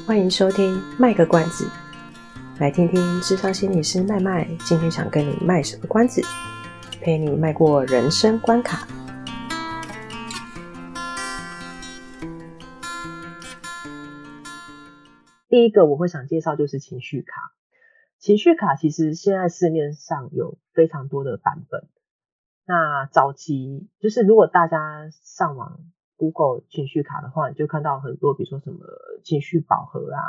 欢迎收听卖个关子，来听听諮商心理师麦麦今天想跟你卖什么关子，陪你迈过人生关卡。第一个我会想介绍就是情绪卡。情绪卡其实现在市面上有非常多的版本。那早期就是如果大家上网 Google 情绪卡的话，你就看到很多比如说什么情绪宝盒啊，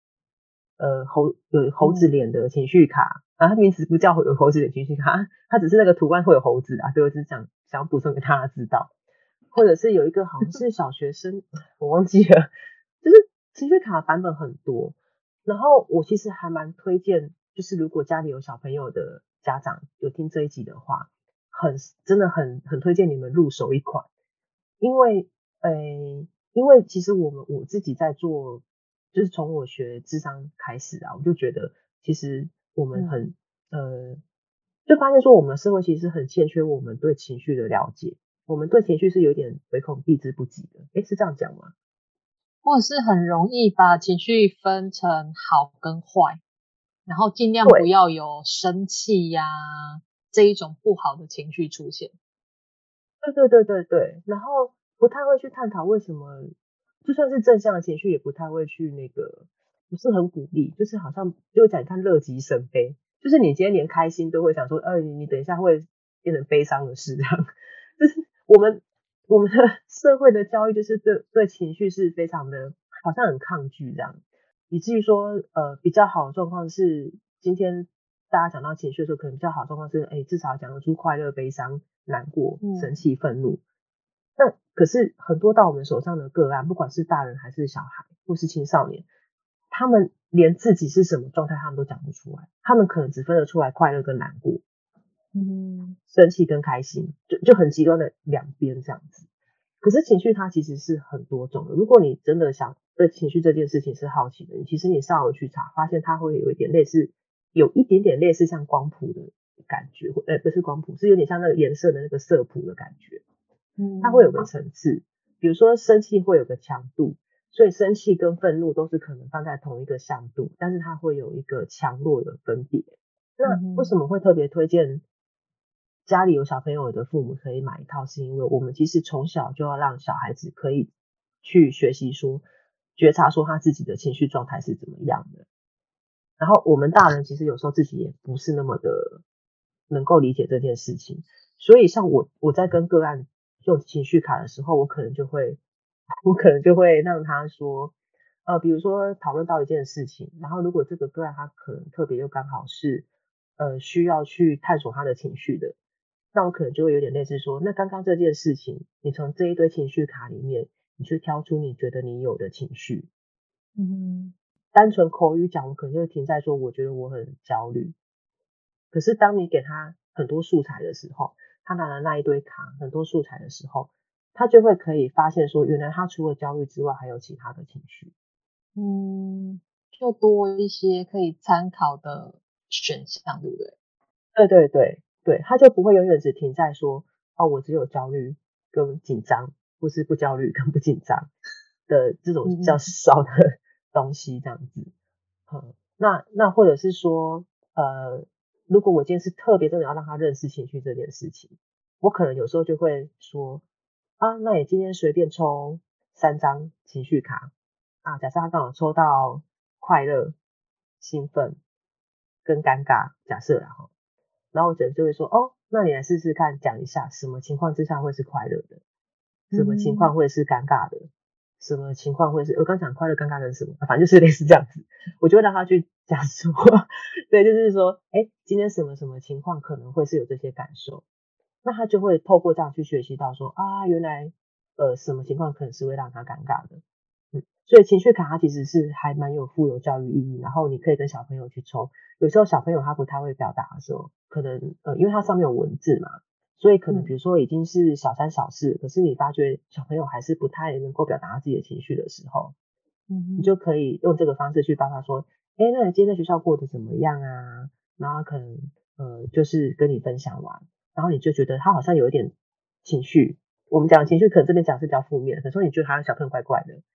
有猴子脸的情绪卡啊，它名字不叫有猴子脸情绪卡，它只是那个图案会有猴子啊，所以我只是想要补充给大家知道。或者是有一个好像是小学生我忘记了，就是情绪卡版本很多。然后我其实还蛮推荐，就是如果家里有小朋友的家长有听这一集的话，真的很推荐你们入手一款。因为其实我自己在做，就是从我学諮商开始啊，我就觉得其实我们就发现说我们的社会其实很欠缺我们对情绪的了解，我们对情绪是有点唯恐避之不及的。是这样讲吗？ 或者是很容易把情绪分成好跟坏，然后尽量不要有生气呀这一种不好的情绪出现。 对，然后不太会去探讨为什么，就算是正向的情绪，也不太会去不是很鼓励，就是好像就讲你看乐极生悲，就是你今天连开心都会想说，你等一下会变成悲伤的事，这样，就是我们的社会的教育就是对情绪是非常的，好像很抗拒这样，以至于说比较好的状况是，今天大家讲到情绪的时候，可能比较好的状况是，至少讲得出快乐、悲伤、难过、生气、愤怒。那可是很多到我们手上的个案，不管是大人还是小孩或是青少年，他们连自己是什么状态他们都讲不出来，他们可能只分得出来快乐跟难过，生气跟开心，就很极端的两边这样子。可是情绪它其实是很多种的，如果你真的想对情绪这件事情是好奇的，其实你上网去查，发现它会有一点类似，有一点点类似像光谱的感觉，不是光谱，是有点像那个颜色的那个色谱的感觉。它会有个层次，比如说生气会有个强度，所以生气跟愤怒都是可能放在同一个向度，但是它会有一个强弱的分别。那为什么会特别推荐家里有小朋友的父母可以买一套，是因为我们其实从小就要让小孩子可以去学习说，觉察说他自己的情绪状态是怎么样的。然后我们大人其实有时候自己也不是那么的能够理解这件事情，所以像我在跟个案用情绪卡的时候，我可能就会让他说，比如说讨论到一件事情，然后如果这个个案他可能特别又刚好是需要去探索他的情绪的，那我可能就会有点类似说，那刚刚这件事情，你从这一堆情绪卡里面，你去挑出你觉得你有的情绪。单纯口语讲，我可能就会停在说，我觉得我很焦虑。可是当你给他很多素材的时候，他拿了那一堆卡，很多素材的时候，他就会可以发现说，原来他除了焦虑之外，还有其他的情绪。 就多一些可以参考的选项，对不对？ 对，他就不会永远只停在说，我只有焦虑跟紧张，或是不焦虑跟不紧张的这种比较少的东西这样子。那或者是说，如果我今天是特别真的要让他认识情绪这件事情，我可能有时候就会说，那你今天随便抽3张情绪卡啊，假设他刚好抽到快乐、兴奋跟尴尬，假设然后我就会说，那你来试试看，讲一下什么情况之下会是快乐的，什么情况会是尴尬的，什么情况会是我刚讲快乐、尴尬跟什么，反正就是类似这样子，我就会让他去讲说，对，就是说，今天什么什么情况可能会是有这些感受，那他就会透过这样去学习到说，原来什么情况可能是会让他尴尬的。所以情绪卡它其实是还蛮富有教育意义，然后你可以跟小朋友去抽，有时候小朋友他不太会表达的时候，可能因为它上面有文字嘛，所以可能比如说已经是小3小4，可是你发觉小朋友还是不太能够表达他自己的情绪的时候，你就可以用这个方式去帮他说，那你今天在学校过得怎么样啊？然后可能就是跟你分享完，然后你就觉得他好像有一点情绪，我们讲情绪可能这边讲是比较负面，可是你觉得他小朋友怪怪的，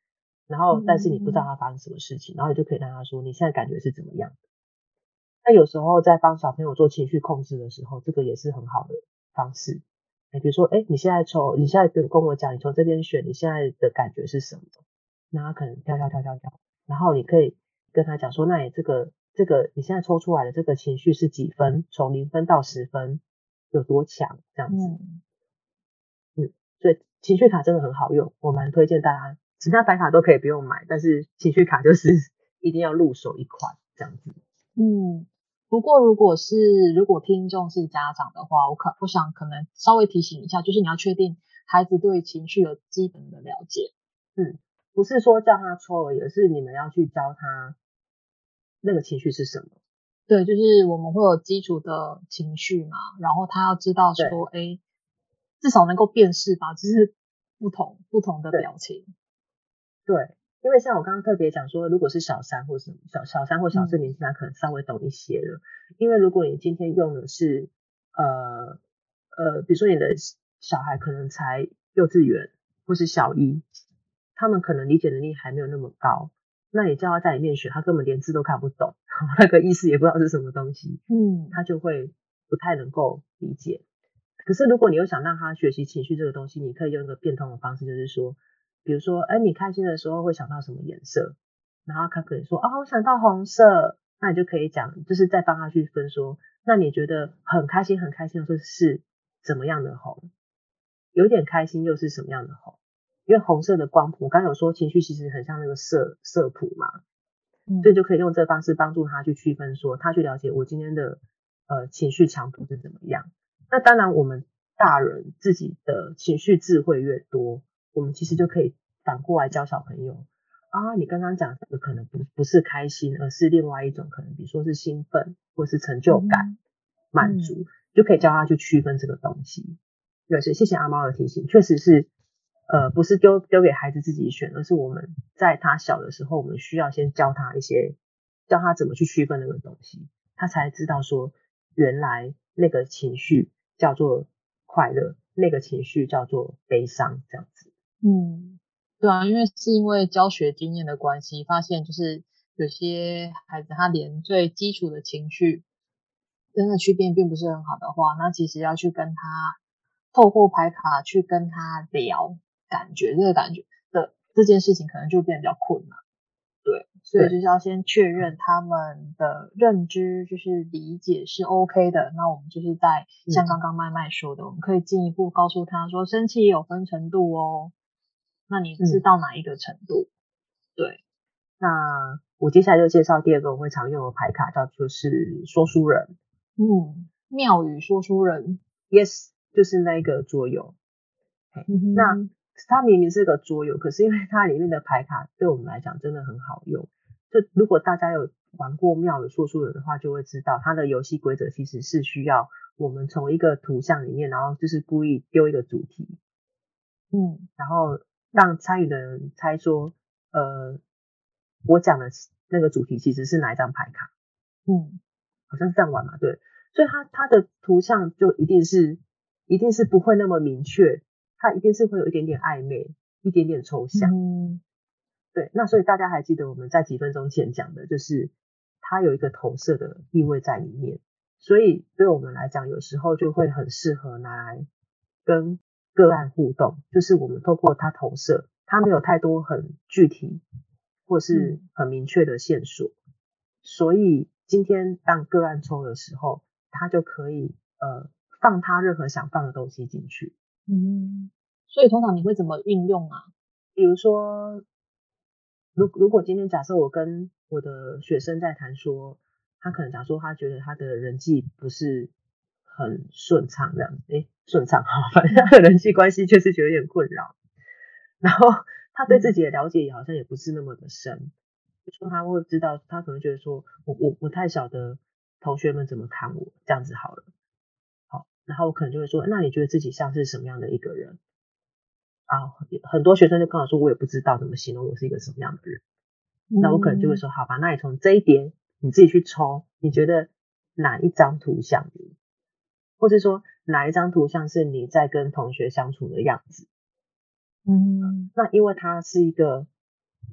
然后但是你不知道他发生什么事情，然后你就可以让他说你现在感觉是怎么样的。那有时候在帮小朋友做情绪控制的时候，这个也是很好的方式。比如说你现在跟我讲，你从这边选，你现在的感觉是什么？那他可能跳，然后你可以跟他讲说，那你这个你现在抽出来的这个情绪是几分？从0分到10分有多强？这样子。所以情绪卡真的很好用，我蛮推荐大家，其他白卡都可以不用买，但是情绪卡就是一定要入手一款这样子。 不过如果听众是家长的话，我想可能稍微提醒一下，就是你要确定孩子对情绪有基本的了解。 不是说叫他抽而已，而是你们要去教他那个情绪是什么。 对，就是我们会有基础的情绪嘛，然后他要知道说，至少能够辨识吧，就是不同的表情。 对，因为像我刚刚特别讲说，如果是小三或小三或小四年级，他可能稍微懂一些了。因为如果你今天用的是比如说你的小孩可能才幼稚园或是小一，他们可能理解能力还没有那么高，那你叫他在里面选，他根本连字都看不懂，那个意思也不知道是什么东西，他就会不太能够理解。可是如果你又想让他学习情绪这个东西，你可以用一个变通的方式，就是说比如说你开心的时候会想到什么颜色，然后他可以说我想到红色，那你就可以讲，就是再帮他去分说，那你觉得很开心的时候是怎么样的红，有点开心又是什么样的红。因为红色的光谱，我刚刚有说情绪其实很像那个色谱嘛，所以就可以用这个方式帮助他去区分说，他去了解我今天的情绪强度是怎么样。那当然我们大人自己的情绪智慧越多，我们其实就可以反过来教小朋友你刚刚讲的可能不是开心，而是另外一种可能，比如说是兴奋或是成就感、满足，就可以教他去区分这个东西。对，所以谢谢阿猫的提醒，确实是不是丢给孩子自己选，而是我们在他小的时候，我们需要先教他怎么去区分那个东西，他才知道说原来那个情绪叫做快乐，那个情绪叫做悲伤，这样子。 对啊，因为教学经验的关系，发现就是有些孩子他连最基础的情绪真的区辨并不是很好的话，那其实要去跟他透过牌卡去跟他聊这个感觉的这件事情，可能就变得比较困难。对，所以就是要先确认他们的认知，就是理解是 OK 的。那我们就是在像刚刚麦麦说的，我们可以进一步告诉他说，生气也有分程度哦。那你是到哪一个程度？对， 那我接下来就介绍第二个我会常用的牌卡，叫做是说书人。 妙语说书人 ，yes， 就是那个桌游。那它明明是个桌游，可是因为它里面的牌卡对我们来讲真的很好用。就如果大家有玩过妙语说书人的话，就会知道它的游戏规则其实是需要我们从一个图像里面，然后就是故意丢一个主题，然后让参与的人猜说，我讲的那个主题其实是哪一张牌卡，好像是这样玩嘛，对，所以它的图像就一定是不会那么明确，它一定是会有一点点暧昧，一点点抽象，对，那所以大家还记得我们在几分钟前讲的，就是它有一个投射的意味在里面，所以对我们来讲，有时候就会很适合拿来跟个案互动，就是我们透过它投射，它没有太多很具体或是很明确的线索，所以今天当个案抽的时候，他就可以放他任何想放的东西进去。 所以通常你会怎么运用啊？ 比如说如果今天假设我跟我的学生在谈说，他可能讲说他觉得他的人际不是很顺畅这样子，顺畅好，反正他的人际关系确实觉得有点困扰，然后他对自己的了解也好像也不是那么的深，就说他会知道，他可能觉得说我不太晓得同学们怎么看我，这样子好了，好，然后我可能就会说，那你觉得自己像是什么样的一个人？很多学生就跟我说，我也不知道怎么形容我是一个什么样的人。那我可能就会说，好吧，那你从这一点你自己去抽，你觉得哪一张图像你，或是说哪一张图像是你在跟同学相处的样子？那因为它是一个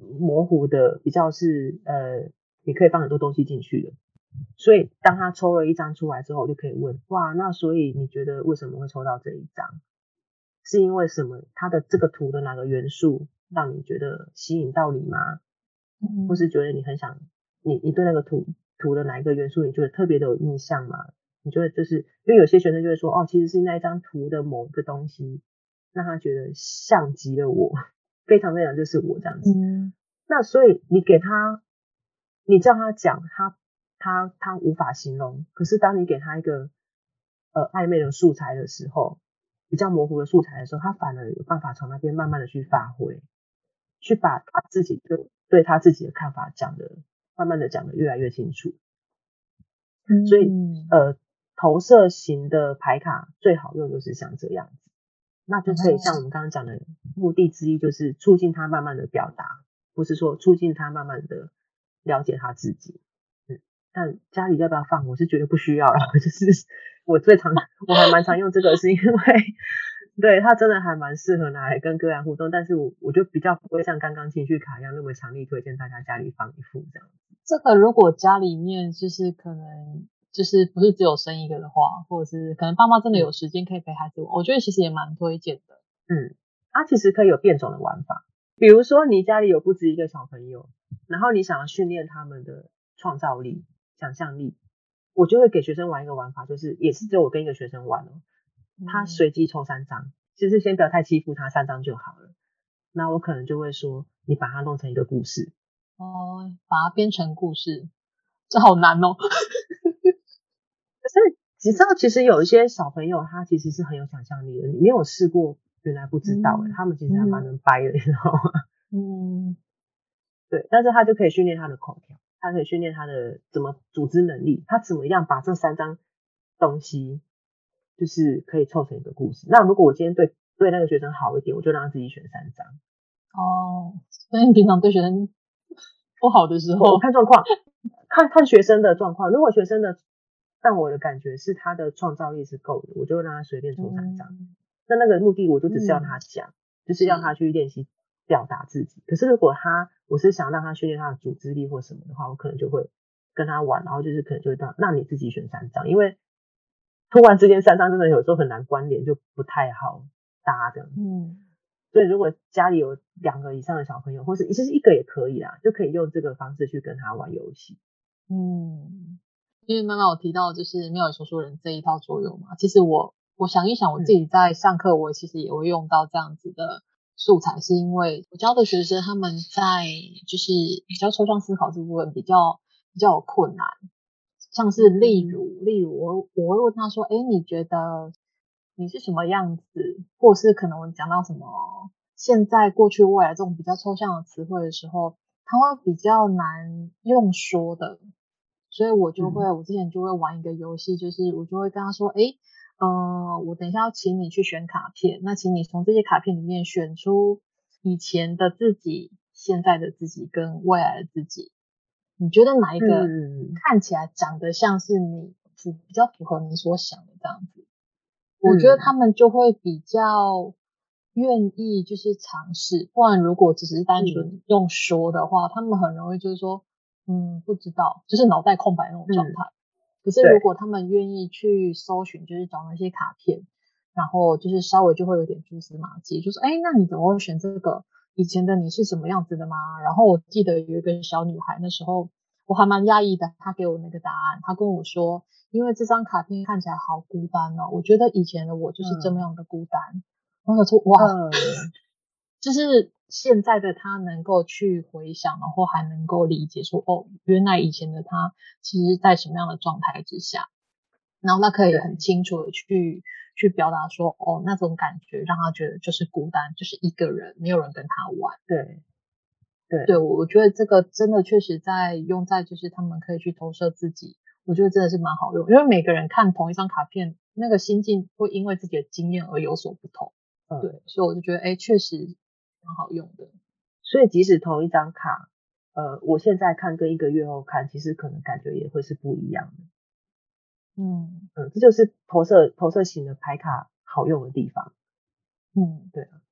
模糊的，比较是你可以放很多东西进去的。所以当他抽了一张出来之后，我就可以问，哇，那所以你觉得为什么会抽到这一张？是因为什么？它的这个图的哪个元素让你觉得吸引到你吗？或是觉得你很想，你对那个图的哪一个元素你觉得特别的有印象吗？你觉得就是因为有些学生就会说，哦，其实是那一张图的某个东西让他觉得像极了我，非常非常就是我这样子。那所以你给他，你叫他讲，他无法形容。可是当你给他一个暧昧的素材的时候，比较模糊的素材的时候，他反而有办法从那边慢慢的去发挥，去把他自己对他自己的看法慢慢的讲的越来越清楚。所以投射型的牌卡最好用就是像这样子，那就可以像我们刚刚讲的目的之一，就是促进他慢慢的表达，不是说促进他慢慢的了解他自己。但家里要不要放，我是觉得不需要啦。就是我还蛮常用这个，是因为对它真的还蛮适合拿来跟个案互动，但是我就比较不会像刚刚情绪卡一样那么强力推荐大家家里放一副这样。 这个如果家里面就是可能就是不是只有生一个的话，或者是可能爸妈真的有时间可以陪孩子玩，我觉得其实也蛮推荐的。 它其实可以有变种的玩法，比如说你家里有不止一个小朋友，然后你想要训练他们的创造力、想象力，我就会给学生玩一个玩法，就是也是只有我跟一个学生玩哦，他随机抽3张，其实先不要太欺负他，3张就好了。那我可能就会说，你把它弄成一个故事。 把它编成故事，这好难哦。可是你知道，其实有一些小朋友他其实是很有想象力的，你没有试过，原来不知道他们其实还蛮能掰的，你知道吗？对，但是他就可以训练他的口条，他可以训练他的怎么组织能力，他怎么样把这3张东西就是可以凑成一个故事。那如果我今天对那个学生好一点，我就让他自己选3张。 所以你平常对学生不好的时候， 我看状况，看学生的状况。如果学生的让我的感觉是他的创造力是够的，我就让他随便抽3张。那个目的我就只是要他讲，就是让他去练习表达自己。可是如果我是想让他训练他的组织力或什么的话，我可能就会跟他玩，然后就是可能就会那你自己选3张，因为突然之间3张真的有时候很难关联，就不太好搭这样子。所以如果家里有2个以上的小朋友，或是其实1个也可以啦，就可以用这个方式去跟他玩游戏。 因为妈妈有提到就是妙语说书人这一套桌游嘛，其实我想一想，我自己在上课我其实也会用到这样子的素材，是因为我教的学生他们在就是比较抽象思考这部分比较有困难，像是例如我会问他说，你觉得你是什么样子，或是可能我讲到什么现在、过去、未来这种比较抽象的词汇的时候，他会比较难用说的，所以我之前就会玩一个游戏，就是我就会跟他说，我等一下要请你去选卡片，那请你从这些卡片里面选出以前的自己、现在的自己跟未来的自己，你觉得哪一个看起来长得像是你，比较符合你所想的这样子？我觉得他们就会比较愿意就是尝试，不然如果只是单纯用说的话，他们很容易就是说，不知道，就是脑袋空白那种状态。可是如果他们愿意去搜寻，就是找那些卡片，然后就是稍微就会有点蛛丝马迹，就是那你怎么会选这个？以前的你是什么样子的吗？然后我记得有一个小女孩，那时候我还蛮讶异的，她给我那个答案，她跟我说，因为这张卡片看起来好孤单哦，我觉得以前的我就是这么样的孤单。然后我说哇，就是现在的他能够去回想，然后还能够理解说，原来以前的他其实在什么样的状态之下，然后他可以很清楚的去表达说，那种感觉让他觉得就是孤单，就是一个人，没有人跟他玩。对，我觉得这个真的确实在用在就是他们可以去投射自己，我觉得真的是蛮好用，因为每个人看同一张卡片，那个心境会因为自己的经验而有所不同。对，所以我就觉得确实蛮好用的。 所以即使同一张卡，我现在看跟1个月后看，其实可能感觉也会是不一样的。这就是投射型的牌卡好用的地方。对啊，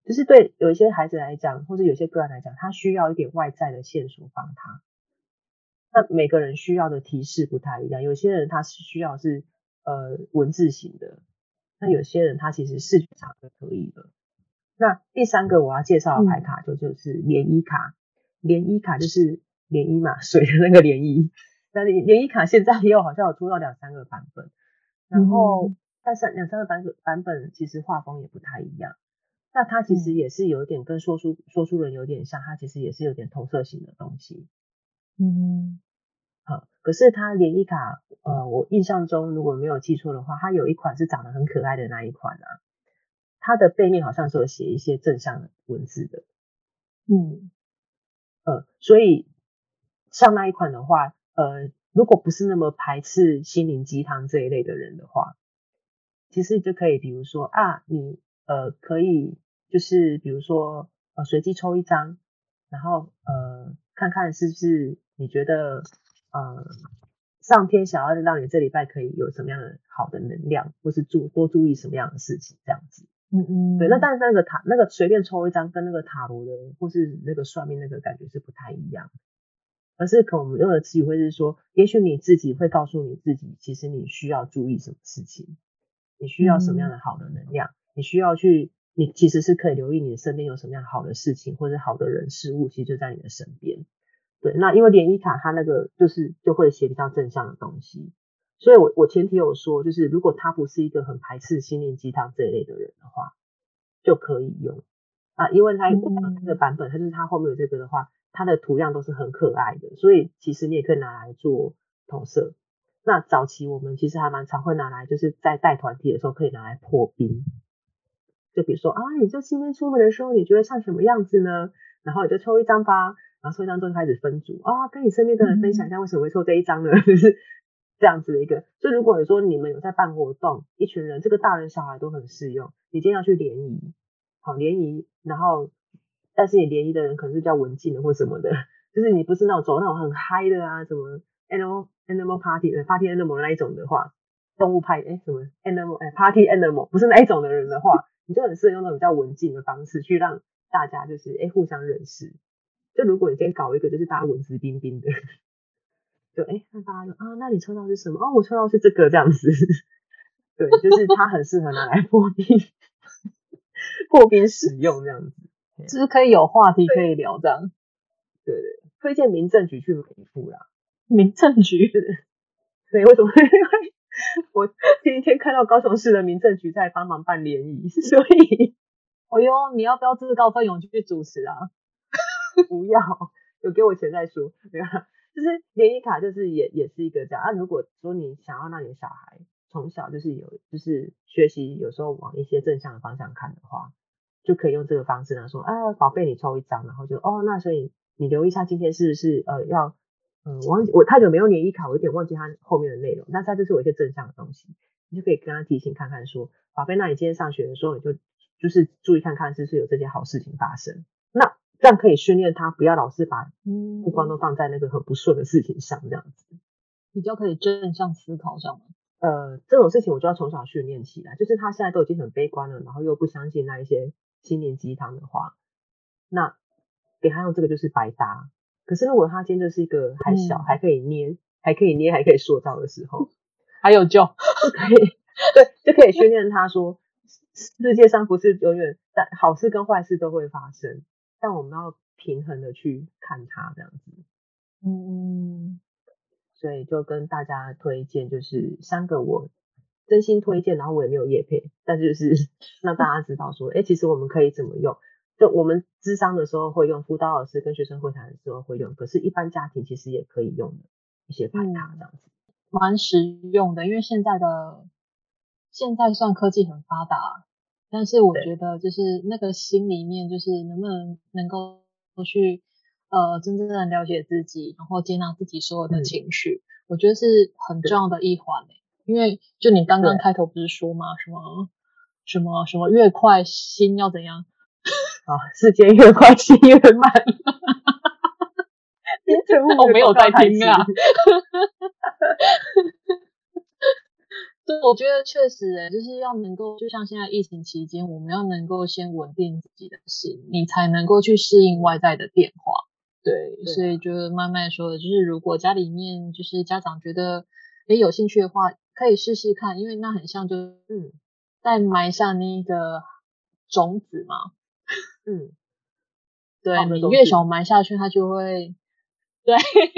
就是对有一些孩子来讲，或者有些个案来讲，他需要一点外在的线索帮他。那每个人需要的提示不太一样，有些人他是需要是文字型的，那有些人他其实视觉上就可以了。那第三个我要介绍的牌卡就是涟漪卡，涟漪卡就是涟漪嘛，水的那个涟漪。那涟漪卡现在也有好像有出到2-3个版本，然后但是2-3个版本其实画风也不太一样。那它其实也是有点跟说书人有点像，它其实也是有点投射型的东西。可是它涟漪卡我印象中如果没有记错的话，它有一款是长得很可爱的那一款啊，它的背面好像是有写一些正向的文字的。所以像那一款的话如果不是那么排斥心灵鸡汤这一类的人的话，其实就可以比如说你可以就是比如说随机抽一张，然后看看是不是你觉得上天想要让你这礼拜可以有什么样的好的能量，或是多注意什么样的事情这样子。对，那但是那个随便抽一张跟那个塔罗的或是那个算命那个感觉是不太一样，而是可能我们用的词语会是说，也许你自己会告诉你自己，其实你需要注意什么事情，你需要什么样的好的能量，你其实是可以留意你的身边有什么样好的事情或者好的人事物，其实就在你的身边。对，那因为涟漪卡它那个就会写比较正向的东西，所以我前提有说，就是如果他不是一个很排斥心灵鸡汤这一类的人的话，就可以用因为它这个版本，它就是它后面有这个的话，它的图样都是很可爱的，所以其实你也可以拿来做投射。那早期我们其实还蛮常会拿来，就是在带团体的时候可以拿来破冰。就比如说你就今天出门的时候，你觉得像什么样子呢？然后你就抽一张吧，然后抽一张之后开始分组跟你身边的人分享一下为什么会抽这一张呢？就是这样子的一个。所以如果说你们有在办活动，一群人，这个大人小孩都很适用。你今天要去联谊，联谊，然后但是你联谊的人可能是比较文静的或什么的，就是你不是那种走那种很嗨的什么 animal party animal 那一种的话，动物派什么 animal party animal 不是那一种的人的话，你就很适合用那种比较文静的方式去让大家就是互相认识。就如果你今天搞一个就是大家文质彬彬的，就那大家就那你抽到是什么？我抽到是这个这样子。对，就是它很适合拿来破冰破冰使用这样子， 就是可以有话题可以聊这样。 对，推荐民政局去买一副啦。 民政局？ 对，为什么？因为我今天看到高雄市的民政局在帮忙办联谊，所以你要不要自告奋勇去主持啊？ 不要，有给我钱再说。对啊，就是联谊卡就是也是一个这样如果说你想要让你的小孩从小就是学习有时候往一些正向的方向看的话，就可以用这个方式呢说宝贝你抽一张，然后就那所以你留意一下今天是不是要我太久没用联谊卡，我有点忘记它后面的内容，但是它就是有一些正向的东西，你就可以跟他提醒看看说，宝贝，那你今天上学的时候你就是注意看看是不是有这些好事情发生，那这样可以训练他不要老是把目光都放在那个很不顺的事情上，这样子比较可以正向思考上吗？ 这种事情我就要从小训练起来，就是他现在都已经很悲观了，然后又不相信那一些心灵鸡汤的话，那给他用这个就是白搭。可是如果他今天就是一个还小还可以捏还可以塑造的时候， 还有救就可以训练他说世界上不是永远好事跟坏事都会发生，但我们要平衡的去看它这样子。所以就跟大家推荐就是3个我真心推荐，然后我也没有业配，但是就是让大家知道说其实我们可以怎么用，就我们諮商的时候会用，辅导老师跟学生会谈的时候会用，可是一般家庭其实也可以用的一些牌卡这样子。 蛮实用的，因为现在算科技很发达，但是我觉得就是那个心里面就是能够去真正的了解自己，然后接纳自己所有的情绪，我觉得是很重要的一环因为就你刚刚开头不是说嘛，什么越快心要怎样世界越快心越慢我没有在听啊对，我觉得确实就是要能够，就像现在疫情期间，我们要能够先稳定自己的心，你才能够去适应外在的变化。对， 对啊， 所以就慢慢说的，就是如果家里面就是家长觉得有兴趣的话，可以试试看，因为那很像就在埋下那个种子嘛。对，你越小埋下去，它就会对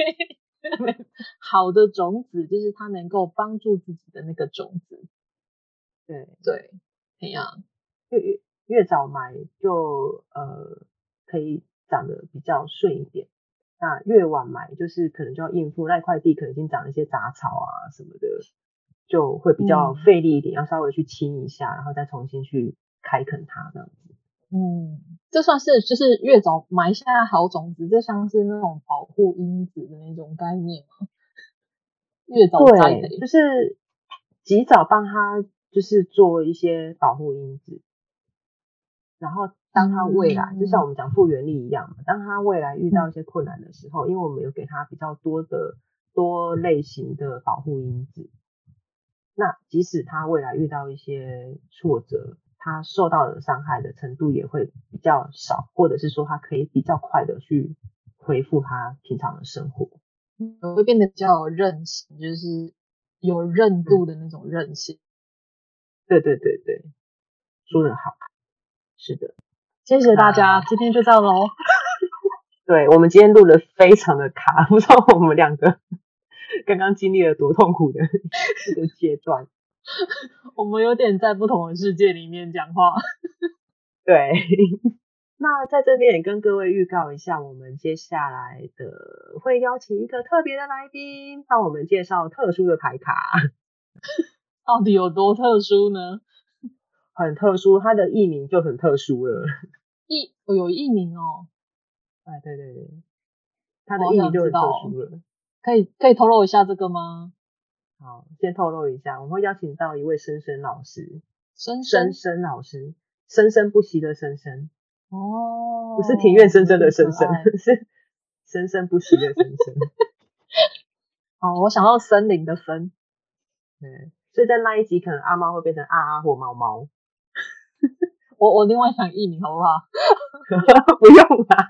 好的种子，就是它能够帮助自己的那个种子。对，这样越早埋就可以长得比较顺一点。那越晚埋就是可能就要应付那块地可能已经长了一些杂草啊什么的，就会比较费力一点，要稍微去清一下，然后再重新去开垦它这样子。 这算是就是越早埋下好种子，这像是那种保护因子的那种概念吗？越早栽培， 就是及早帮他就是做一些保护因子，然后当他未来就像我们讲复原力一样嘛，当他未来遇到一些困难的时候，因为我们有给他比较多类型的保护因子，那即使他未来遇到一些挫折，他受到的伤害的程度也会比较少，或者是说他可以比较快的去恢复他平常的生活， 会变得比较有韧性，就是有韧度的那种韧性。 对，说得好，是的， 谢谢大家，今天就这样咯。 对，我们今天录的非常的卡，不知道我们两个刚刚经历了多痛苦的这个阶段。 我们有点在不同的世界里面讲话。 对，那在这边也跟各位预告一下，我们接下来的会邀请一个特别的来宾，帮我们介绍特殊的牌卡。 到底有多特殊呢？ 很特殊，它的译名就很特殊了。 有译名哦。 哎，对，它的译名就很特殊了。 可以透露一下这个吗？ 好，先透露一下，我们会邀请到一位生生老师，生老师，生生不息的生生。哦，不是庭院深深的深深，是生生不息的生生。 哦，我想到森林的森。 对，所以在那一集可能阿猫会变成啊或猫猫。 我另外想译名好不好？ 不用啦。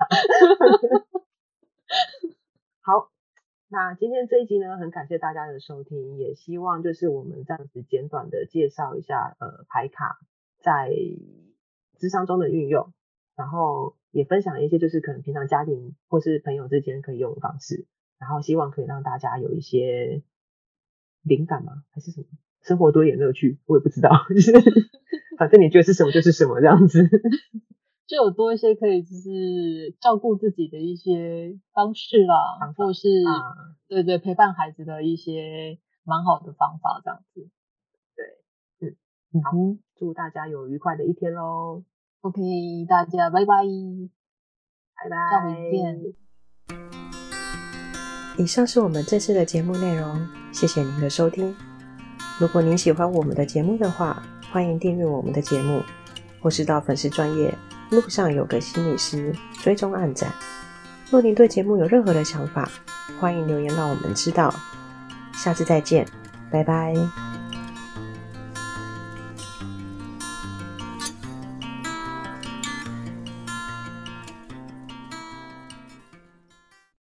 好，那今天这一集呢，很感谢大家的收听，也希望就是我们这样子简短的介绍一下牌卡在諮商中的运用，然后也分享一些就是可能平常家庭或是朋友之间可以用的方式，然后希望可以让大家有一些灵感吗？还是什么？生活多一点乐趣，我也不知道，就是反正你觉得是什么就是什么这样子。 就有多一些可以就是照顾自己的一些方式啦，或者是对陪伴孩子的一些蛮好的方法这样子。 对，好，祝大家有愉快的一天咯。 OK， 大家拜拜， 下回见。 以上是我们这次的节目内容，谢谢您的收听。如果您喜欢我们的节目的话，欢迎订阅我们的节目，或是到粉丝专页路上有个心理师追踪按赞。若您对节目有任何的想法，欢迎留言让我们知道。下次再见，拜拜。